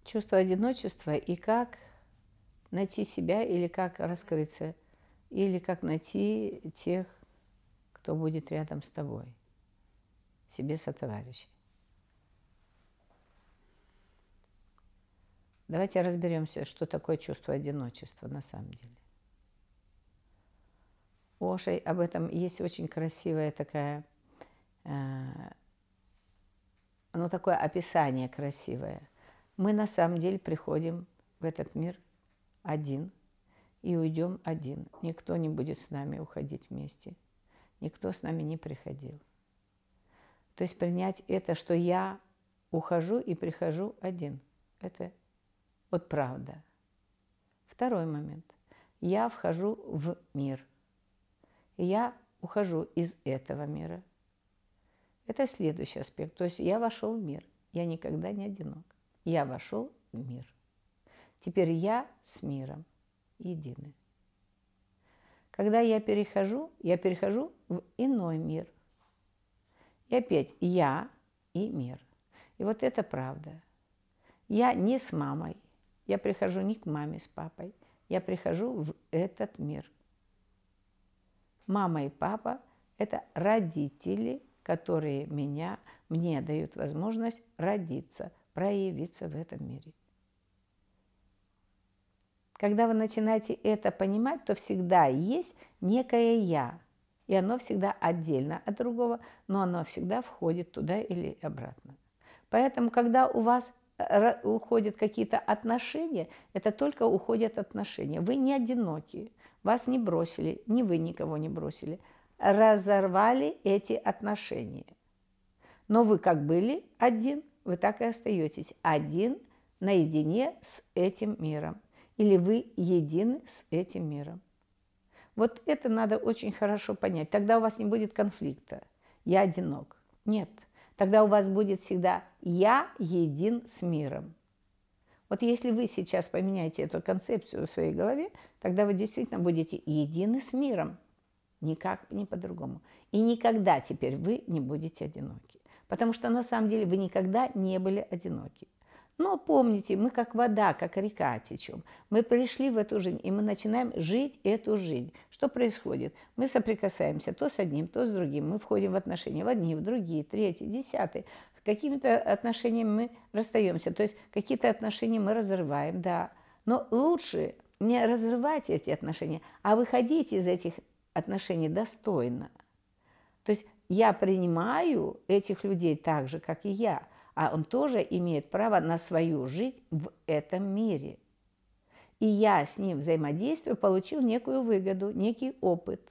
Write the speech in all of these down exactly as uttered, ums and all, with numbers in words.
чувство одиночества и как найти себя или как раскрыться, или как найти тех, кто будет рядом с тобой, себе сотоварищей. Давайте разберемся, что такое чувство одиночества на самом деле. У Оши об этом есть очень красивая такая, э, ну такое описание красивое. Мы на самом деле приходим в этот мир один и уйдем один. Никто не будет с нами уходить вместе. Никто с нами не приходил. То есть принять это, что я ухожу и прихожу один. Это вот правда. Второй момент. Я вхожу в мир. И я ухожу из этого мира. Это следующий аспект. То есть я вошел в мир. Я никогда не одинок. Я вошел в мир. Теперь я с миром едины. Когда я перехожу, я перехожу в иной мир. И опять я и мир. И вот это правда. Я не с мамой. Я прихожу не к маме с папой. Я прихожу в этот мир. Мама и папа – это родители, которые меня, мне дают возможность родиться, проявиться в этом мире. Когда вы начинаете это понимать, то всегда есть некое «я», и оно всегда отдельно от другого, но оно всегда входит туда или обратно. Поэтому, когда у вас уходят какие-то отношения, это только уходят отношения. Вы не одиноки, вас не бросили, ни вы никого не бросили. Разорвали эти отношения. Но вы как были один, вы так и остаетесь один наедине с этим миром. Или вы едины с этим миром. Вот это надо очень хорошо понять. Тогда у вас не будет конфликта. Я одинок. Нет. Тогда у вас будет всегда «я един с миром». Вот если вы сейчас поменяете эту концепцию в своей голове, тогда вы действительно будете едины с миром. Никак не по-другому. И никогда теперь вы не будете одиноки. Потому что на самом деле вы никогда не были одиноки. Но помните, мы как вода, как река течем. Мы пришли в эту жизнь, и мы начинаем жить эту жизнь. Что происходит? Мы соприкасаемся то с одним, то с другим. Мы входим в отношения в одни, в другие, третьи, десятые. С какими-то отношениями мы расстаемся. То есть какие-то отношения мы разрываем, да. Но лучше не разрывать эти отношения, а выходить из этих отношений достойно. То есть я принимаю этих людей так же, как и я. А он тоже имеет право на свою жизнь в этом мире. И я с ним взаимодействую, получил некую выгоду, некий опыт.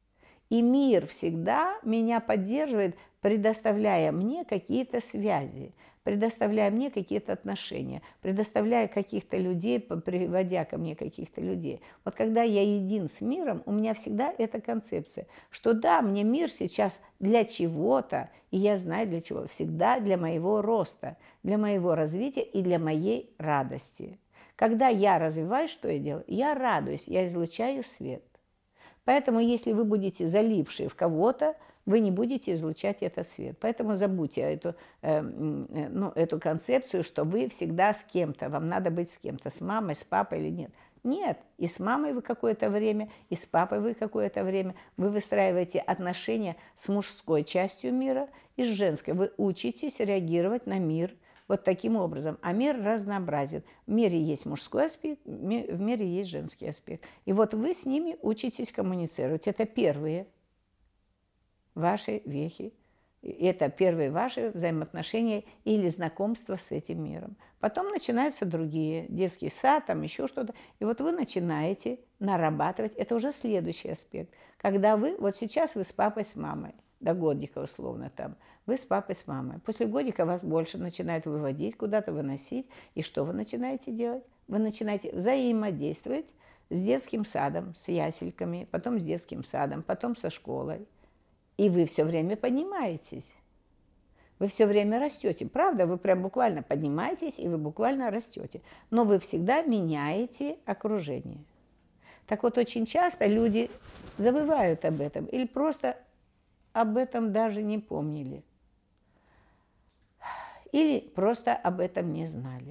И мир всегда меня поддерживает, предоставляя мне какие-то связи, предоставляя мне какие-то отношения, предоставляя каких-то людей, приводя ко мне каких-то людей. Вот когда я един с миром, у меня всегда эта концепция, что да, мне мир сейчас для чего-то, и я знаю для чего, всегда для моего роста, для моего развития и для моей радости. Когда я развиваюсь, что я делаю? Я радуюсь, я излучаю свет. Поэтому, если вы будете залипшие в кого-то, вы не будете излучать этот свет. Поэтому забудьте эту, э, ну, эту концепцию, что вы всегда с кем-то, вам надо быть с кем-то, с мамой, с папой или нет. Нет, и с мамой вы какое-то время, и с папой вы какое-то время. Вы выстраиваете отношения с мужской частью мира и с женской. Вы учитесь реагировать на мир вот таким образом. А мир разнообразен. В мире есть мужской аспект, в мире есть женский аспект. И вот вы с ними учитесь коммуницировать. Это первые ваши вехи. Это первые ваши взаимоотношения или знакомства с этим миром. Потом начинаются другие, детский сад, там еще что-то. И вот вы начинаете нарабатывать, это уже следующий аспект. Когда вы, вот сейчас вы с папой, с мамой, до годика условно там, вы с папой, с мамой. После годика вас больше начинают выводить, куда-то выносить. И что вы начинаете делать? Вы начинаете взаимодействовать с детским садом, с ясельками, потом с детским садом, потом со школой. И вы все время поднимаетесь. Вы все время растете. Правда, вы прям буквально поднимаетесь, и вы буквально растете. Но вы всегда меняете окружение. Так вот, очень часто люди забывают об этом или просто об этом даже не помнили. Или просто об этом не знали.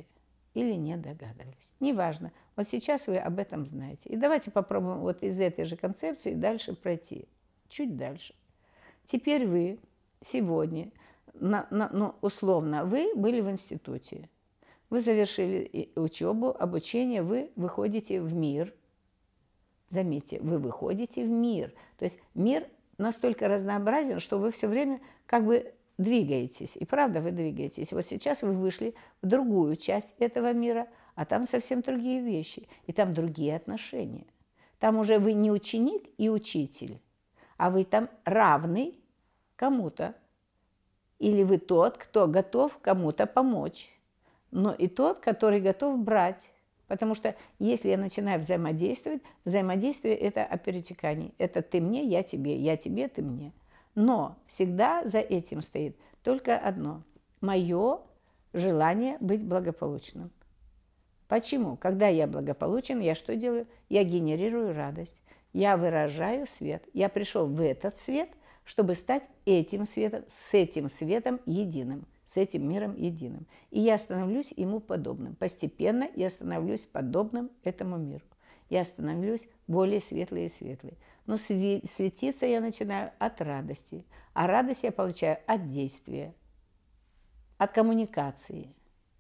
или не догадывались. Неважно. Вот сейчас вы об этом знаете. И давайте попробуем вот из этой же концепции дальше пройти. Чуть дальше. Теперь вы сегодня, на, на, ну, условно, вы были в институте. Вы завершили учебу, обучение, вы выходите в мир. Заметьте, вы выходите в мир. То есть мир настолько разнообразен, что вы все время как бы двигаетесь. И правда вы двигаетесь. Вот сейчас вы вышли в другую часть этого мира, а там совсем другие вещи. И там другие отношения. Там уже вы не ученик и учитель, а вы там равный кому-то. Или вы тот, кто готов кому-то помочь. Но и тот, который готов брать. Потому что если я начинаю взаимодействовать, взаимодействие – это о перетекании. Это ты мне, я тебе, я тебе, ты мне. Но всегда за этим стоит только одно – мое желание быть благополучным. Почему? Когда я благополучен, я что делаю? Я генерирую радость, я выражаю свет. Я пришел в этот свет, чтобы стать этим светом, с этим светом единым, с этим миром единым. И я становлюсь ему подобным. Постепенно я становлюсь подобным этому миру. Я становлюсь более светлой и светлой. Но светиться я начинаю от радости. А радость я получаю от действия, от коммуникации.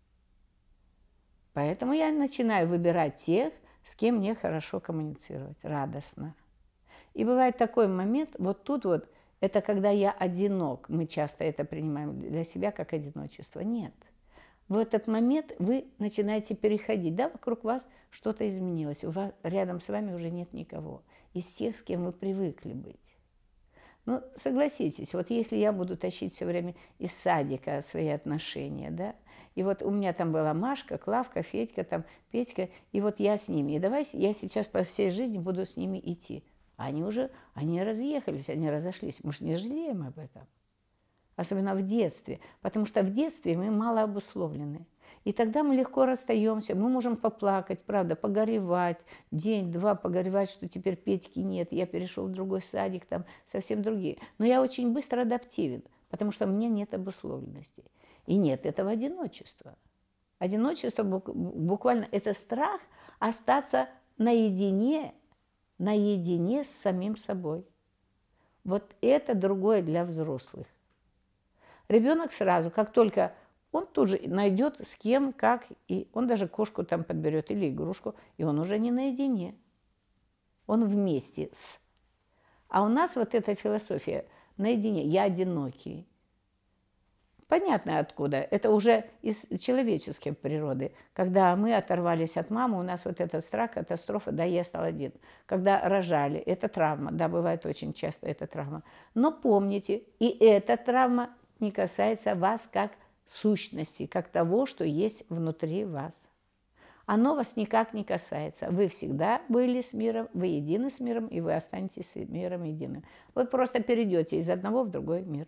Поэтому я начинаю выбирать тех, с кем мне хорошо коммуницировать, радостно. И бывает такой момент, вот тут вот, это когда я одинок. Мы часто это принимаем для себя как одиночество. Нет. В этот момент вы начинаете переходить. Да, вокруг вас что-то изменилось. У вас, рядом с вами уже нет никого. Из тех, с кем вы привыкли быть. Ну, согласитесь, вот если я буду тащить все время из садика свои отношения, да, и вот у меня там была Машка, Клавка, Федька, там, Петька, и вот я с ними. И давай я сейчас по всей жизни буду с ними идти. Они уже, они разъехались, они разошлись. Мы же не жалеем об этом. Особенно в детстве. Потому что в детстве мы мало обусловлены. И тогда мы легко расстаемся. Мы можем поплакать, правда, погоревать. День-два погоревать, что теперь Петьки нет. Я перешел в другой садик, там совсем другие. Но я очень быстро адаптивен, потому что мне нет обусловленности. И нет этого одиночества. Одиночество буквально это страх остаться наедине, наедине с самим собой. Вот это другое для взрослых. Ребенок сразу, как только он тут же найдет с кем, как, и он даже кошку там подберет или игрушку, и он уже не наедине. Он вместе с. А у нас вот эта философия наедине, я одинокий. Понятно откуда. Это уже из человеческой природы. Когда мы оторвались от мамы, у нас вот этот страх, катастрофа, да, я стал один. Когда рожали, это травма, да, бывает очень часто эта травма. Но помните, и эта травма не касается вас как сущности, как того, что есть внутри вас. Оно вас никак не касается. Вы всегда были с миром, вы едины с миром, и вы останетесь с миром единым. Вы просто перейдете из одного в другой мир.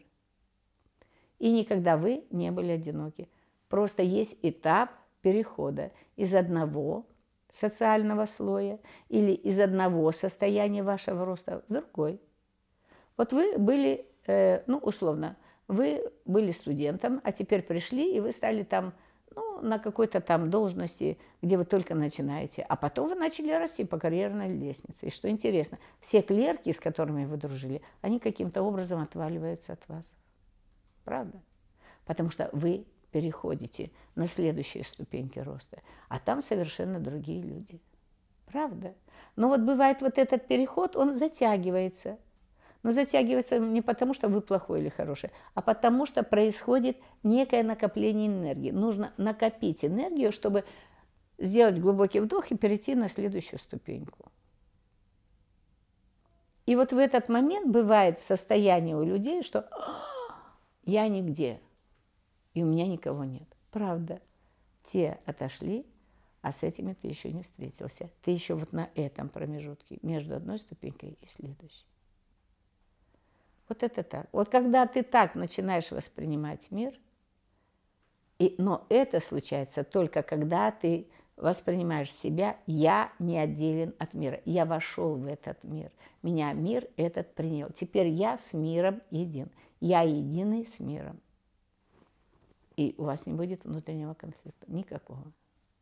И никогда вы не были одиноки. Просто есть этап перехода из одного социального слоя или из одного состояния вашего роста в другой. Вот вы были, э, ну, условно, вы были студентом, а теперь пришли, и вы стали там, ну, на какой-то там должности, где вы только начинаете. А потом вы начали расти по карьерной лестнице. И что интересно, все клерки, с которыми вы дружили, они каким-то образом отваливаются от вас. Правда? Потому что вы переходите на следующие ступеньки роста, а там совершенно другие люди. Правда? Но вот бывает вот этот переход, он затягивается. Но затягивается не потому, что вы плохой или хороший, а потому что происходит некое накопление энергии. Нужно накопить энергию, чтобы сделать глубокий вдох и перейти на следующую ступеньку. И вот в этот момент бывает состояние у людей, что я нигде, и у меня никого нет. Правда. Те отошли, а с этими ты еще не встретился. Ты еще вот на этом промежутке, между одной ступенькой и следующей. Вот это так. Вот когда ты так начинаешь воспринимать мир, и, но это случается только когда ты воспринимаешь себя, я не отделен от мира. Я вошел в этот мир. Меня мир этот принял. Теперь я с миром един. Я единый с миром. И у вас не будет внутреннего конфликта. Никакого.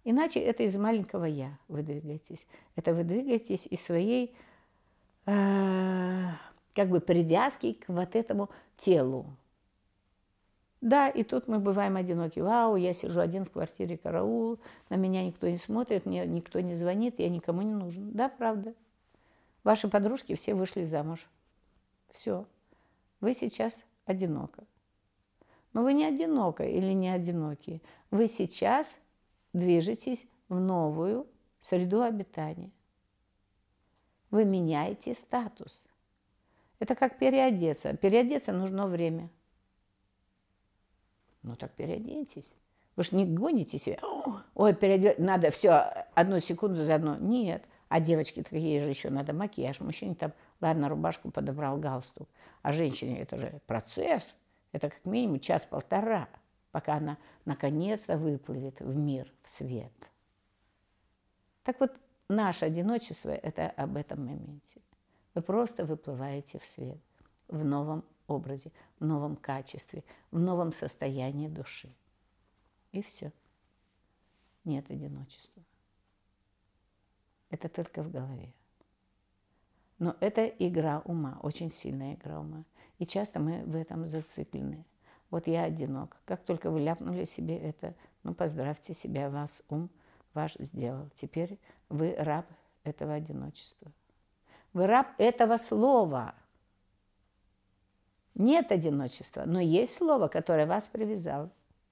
Иначе это из маленького «я» вы двигаетесь. Это вы двигаетесь из своей э, как бы привязки к вот этому телу. Да, и тут мы бываем одиноки. Вау, я сижу один в квартире, караул, на меня никто не смотрит, мне никто не звонит, я никому не нужен. Да, правда. Ваши подружки все вышли замуж. Все. Вы сейчас одинока. Но вы не одинока или не одинокие. Вы сейчас движетесь в новую среду обитания. Вы меняете статус. Это как переодеться. Переодеться нужно время. Ну так переоденьтесь. Вы же не гоните себя. Ой, переодеть, надо все, одну секунду заодно. Нет. А девочки такие же еще надо макияж. Мужчине там, ладно, рубашку подобрал, галстук. А женщине это же процесс. Это как минимум час-полтора, пока она наконец-то выплывет в мир, в свет. Так вот, наше одиночество – это об этом моменте. Вы просто выплываете в свет, в новом образе, в новом качестве, в новом состоянии души. И все. Нет одиночества. Это только в голове. Но это игра ума, очень сильная игра ума. И часто мы в этом зациклены. Вот я одинок. Как только вы ляпнули себе это, ну поздравьте себя, вас ум ваш сделал. Теперь вы раб этого одиночества. Вы раб этого слова. Нет одиночества, но есть слово, которое вас привязало.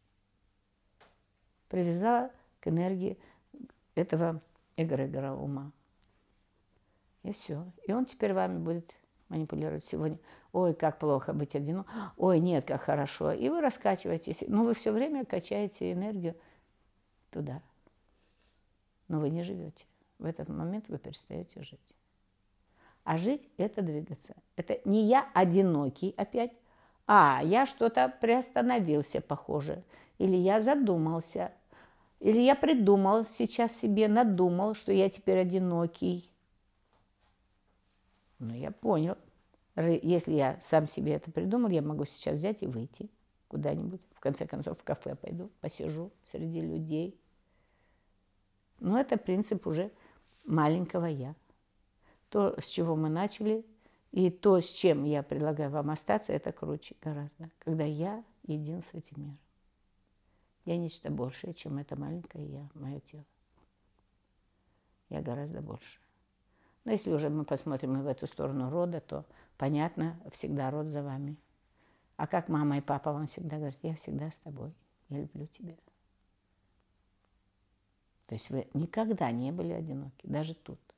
Привязало к энергии этого эгрегора ума. И все. И он теперь вами будет манипулировать сегодня. Ой, как плохо быть одиноким. Ой, нет, как хорошо. И вы раскачиваетесь. Но вы все время качаете энергию туда. Но вы не живете. В этот момент вы перестаете жить. А жить – это двигаться. Это не я одинокий опять, а я что-то приостановился, похоже. Или я задумался. Или я придумал сейчас себе, надумал, что я теперь одинокий. Ну, я понял. Если я сам себе это придумал, я могу сейчас взять и выйти куда-нибудь. В конце концов, в кафе пойду, посижу среди людей. Но это принцип уже маленького «я». То, с чего мы начали, и то, с чем я предлагаю вам остаться, это круче гораздо. Когда я един с этим миром. Я нечто большее, чем это маленькое «я», мое тело. Я гораздо больше. Но если уже мы посмотрим и в эту сторону рода, то понятно, всегда род за вами. А как мама и папа вам всегда говорят, я всегда с тобой, я люблю тебя. То есть вы никогда не были одиноки, даже тут.